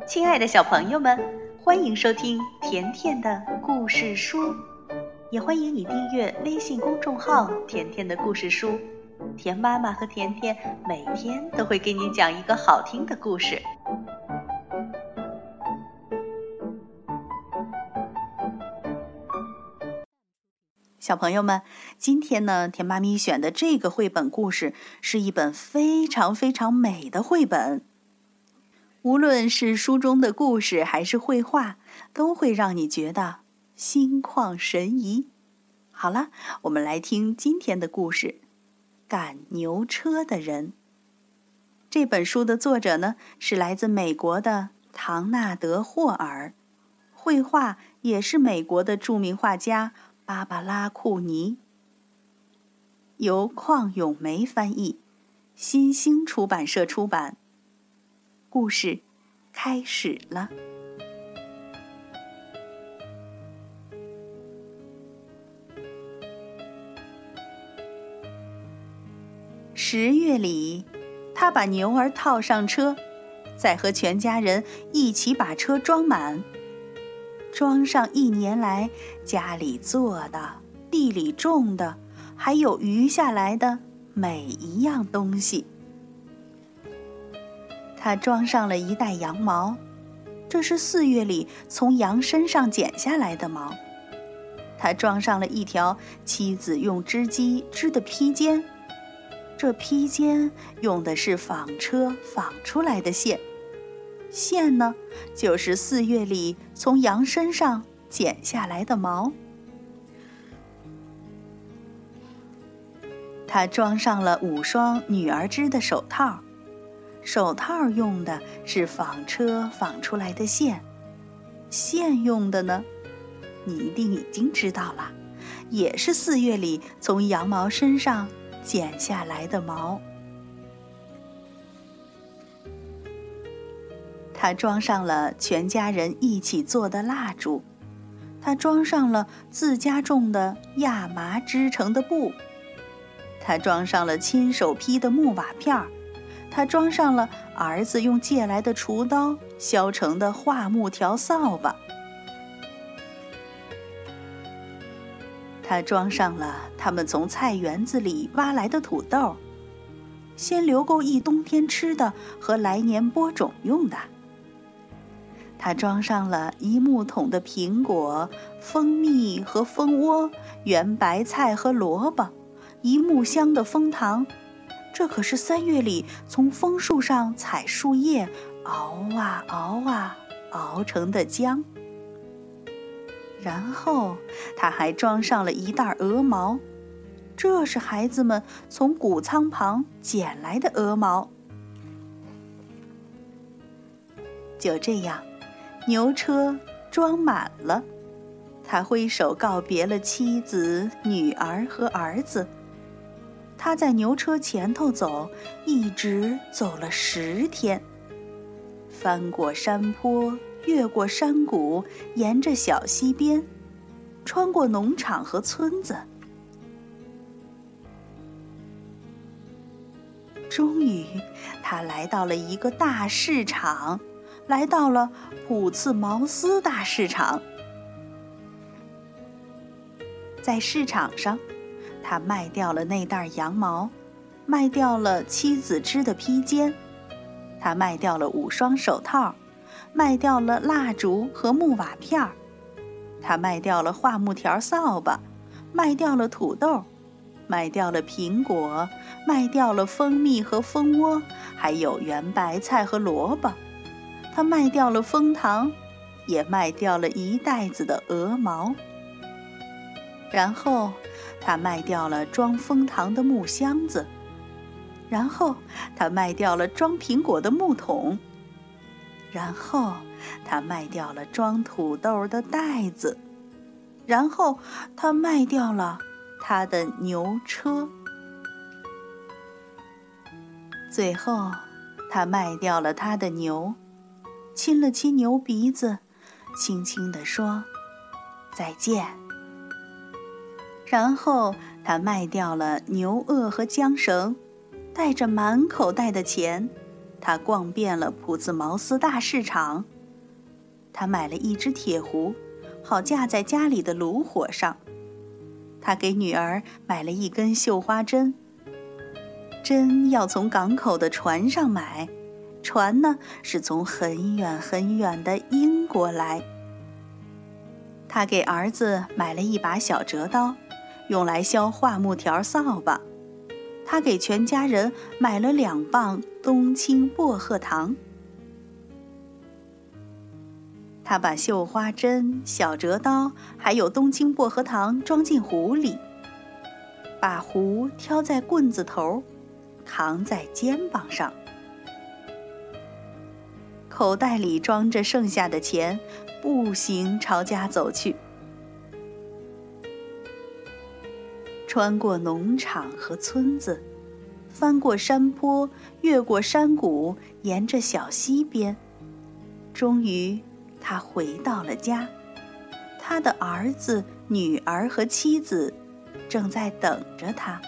亲爱的小朋友们，欢迎收听甜甜的故事书，也欢迎你订阅微信公众号甜甜的故事书。甜妈妈和甜甜每天都会给你讲一个好听的故事。小朋友们，今天呢，甜妈咪选的这个绘本故事是一本非常非常美的绘本。无论是书中的故事还是绘画，都会让你觉得心旷神怡。好了，我们来听今天的故事《赶牛车的人》。这本书的作者呢，是来自美国的唐纳德·霍尔，绘画也是美国的著名画家芭芭拉·库尼，由邝咏梅翻译，新兴出版社出版。故事开始了。10月里，他把牛儿套上车，再和全家人一起把车装满，装上1年来家里做的、地里种的，还有余下来的每一样东西。他装上了1袋羊毛，这是4月里从羊身上剪下来的毛。他装上了1条妻子用织机织的披肩，这披肩用的是纺车纺出来的线，线呢，就是4月里从羊身上剪下来的毛。他装上了5双女儿织的手套，手套用的是纺车纺出来的线，线用的呢，你一定已经知道了，也是4月里从羊毛身上剪下来的毛。他装上了全家人一起做的蜡烛，他装上了自家种的亚麻织成的布，他装上了亲手劈的木瓦片儿，他装上了儿子用借来的锄刀削成的桦木条扫把，他装上了他们从菜园子里挖来的土豆，先留够一冬天吃的和来年播种用的。他装上了1木桶的苹果、蜂蜜和蜂窝、圆白菜和萝卜，1木箱的枫糖，这可是3月里从枫树上采树叶熬啊熬啊熬成的浆。然后他还装上了1袋鹅毛，这是孩子们从谷仓旁捡来的鹅毛。就这样，牛车装满了，他挥手告别了妻子、女儿和儿子。他在牛车前头走，一直走了10天，翻过山坡，越过山谷，沿着小溪边，穿过农场和村子。终于，他来到了一个大市场，来到了普茨茅斯大市场。在市场上，他卖掉了那袋羊毛，卖掉了妻子织的披肩，他卖掉了5双手套，卖掉了蜡烛和木瓦片儿，他卖掉了桦木条扫把，卖掉了土豆，卖掉了苹果，卖掉了蜂蜜和蜂窝，还有圆白菜和萝卜。他卖掉了枫糖，也卖掉了1袋子的鹅毛。然后他卖掉了装枫糖的木箱子，然后他卖掉了装苹果的木桶，然后他卖掉了装土豆的袋子，然后他卖掉了他的牛车，最后他卖掉了他的牛，亲了亲牛鼻子，轻轻地说再见。然后他卖掉了牛轭和缰绳，带着满口袋的钱，他逛遍了普茨茅斯大市场， 他买了一只铁壶，好架在家里的炉火上。他给女儿买了一根绣花针，针要从港口的船上买，船呢是从很远很远的英国来。他给儿子买了一把小折刀，用来削桦木条扫把。他给全家人买了2磅冬青薄荷糖。他把绣花针、小折刀还有冬青薄荷糖装进壶里，把壶挑在棍子头，扛在肩膀上。口袋里装着剩下的钱，步行朝家走去。穿过农场和村子，翻过山坡，越过山谷，沿着小溪边，终于他回到了家。他的儿子、女儿和妻子正在等着他。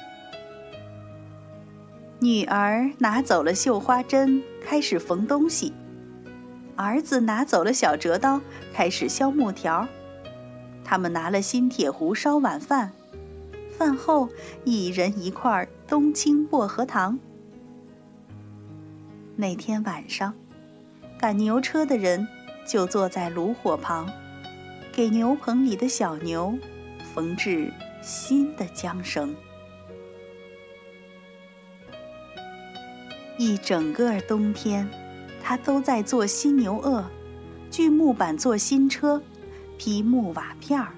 女儿拿走了绣花针，开始缝东西；儿子拿走了小折刀，开始削木条。他们拿了新铁壶烧晚饭，饭后一人一块冬青薄荷糖。那天晚上，赶牛车的人就坐在炉火旁，给牛棚里的小牛缝制新的缰绳。一整个冬天，他都在做新牛轭，锯木板做新车，劈木瓦片儿。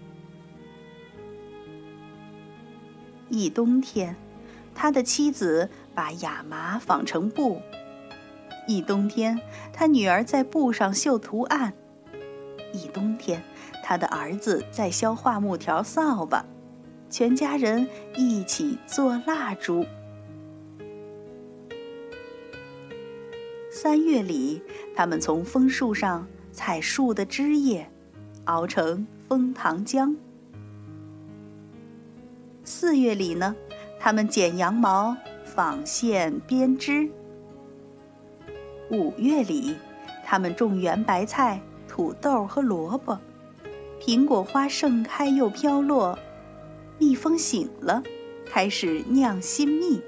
一冬天，他的妻子把亚麻纺成布。一冬天，他女儿在布上绣图案。一冬天，他的儿子在削桦木条扫把，全家人一起做蜡烛。3月里，他们从枫树上采树的枝叶，熬成枫糖浆。4月里呢，他们剪羊毛、纺线、编织。5月里，他们种圆白菜、土豆和萝卜。苹果花盛开又飘落，蜜蜂醒了，开始酿新蜜。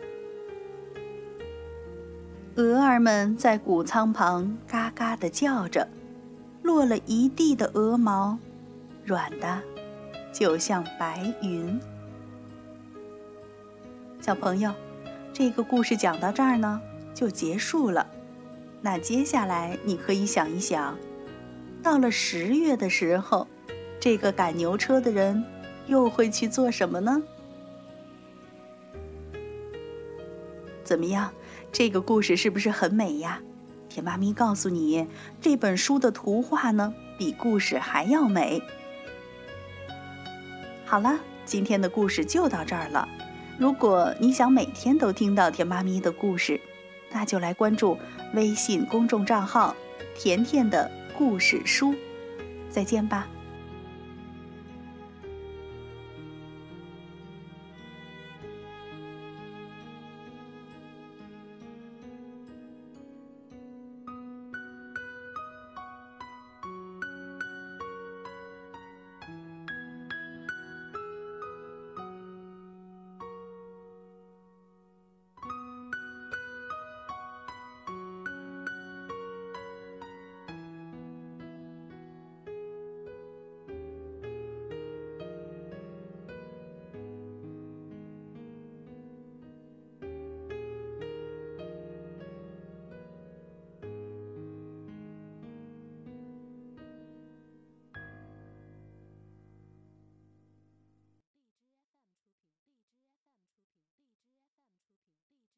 鹅儿们在谷仓旁嘎嘎地叫着，落了一地的鹅毛，软的就像白云。小朋友，这个故事讲到这儿呢，就结束了。那接下来你可以想一想，到了10月的时候，这个赶牛车的人又会去做什么呢？怎么样，这个故事是不是很美呀？田妈咪告诉你，这本书的图画呢，比故事还要美。好了，今天的故事就到这儿了。如果你想每天都听到田妈咪的故事，那就来关注微信公众账号甜甜的故事书。再见吧。